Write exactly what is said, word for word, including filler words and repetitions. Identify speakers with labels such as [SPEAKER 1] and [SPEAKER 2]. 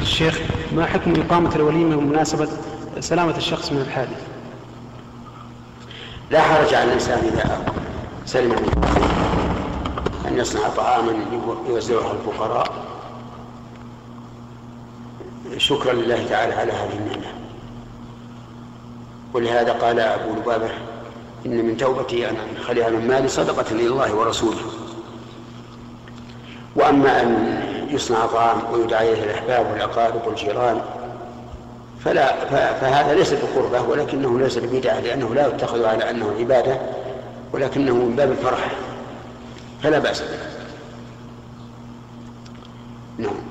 [SPEAKER 1] الشيخ، ما حكم إقامة الوليمة بمناسبة سلامة الشخص من الحادث؟
[SPEAKER 2] لا حرج على الإنسان إذا سلم من أن يصنع طعاما يوزعه على الفقراء شكرا لله تعالى على هذه النعمة. ولهذا قال أبو لبابة: إن من توبتي أن أخليها من مالي صدقة لله ورسوله. وأما أن يصنع طعام ويدعى إليه الأحباب والأقارب والجيران فلا فهذا ليس بقربة، ولكنه ليس ببدعة، لأنه لا يتخذ على أنه عبادة، ولكنه من باب الفرح، فلا بأس به. نعم.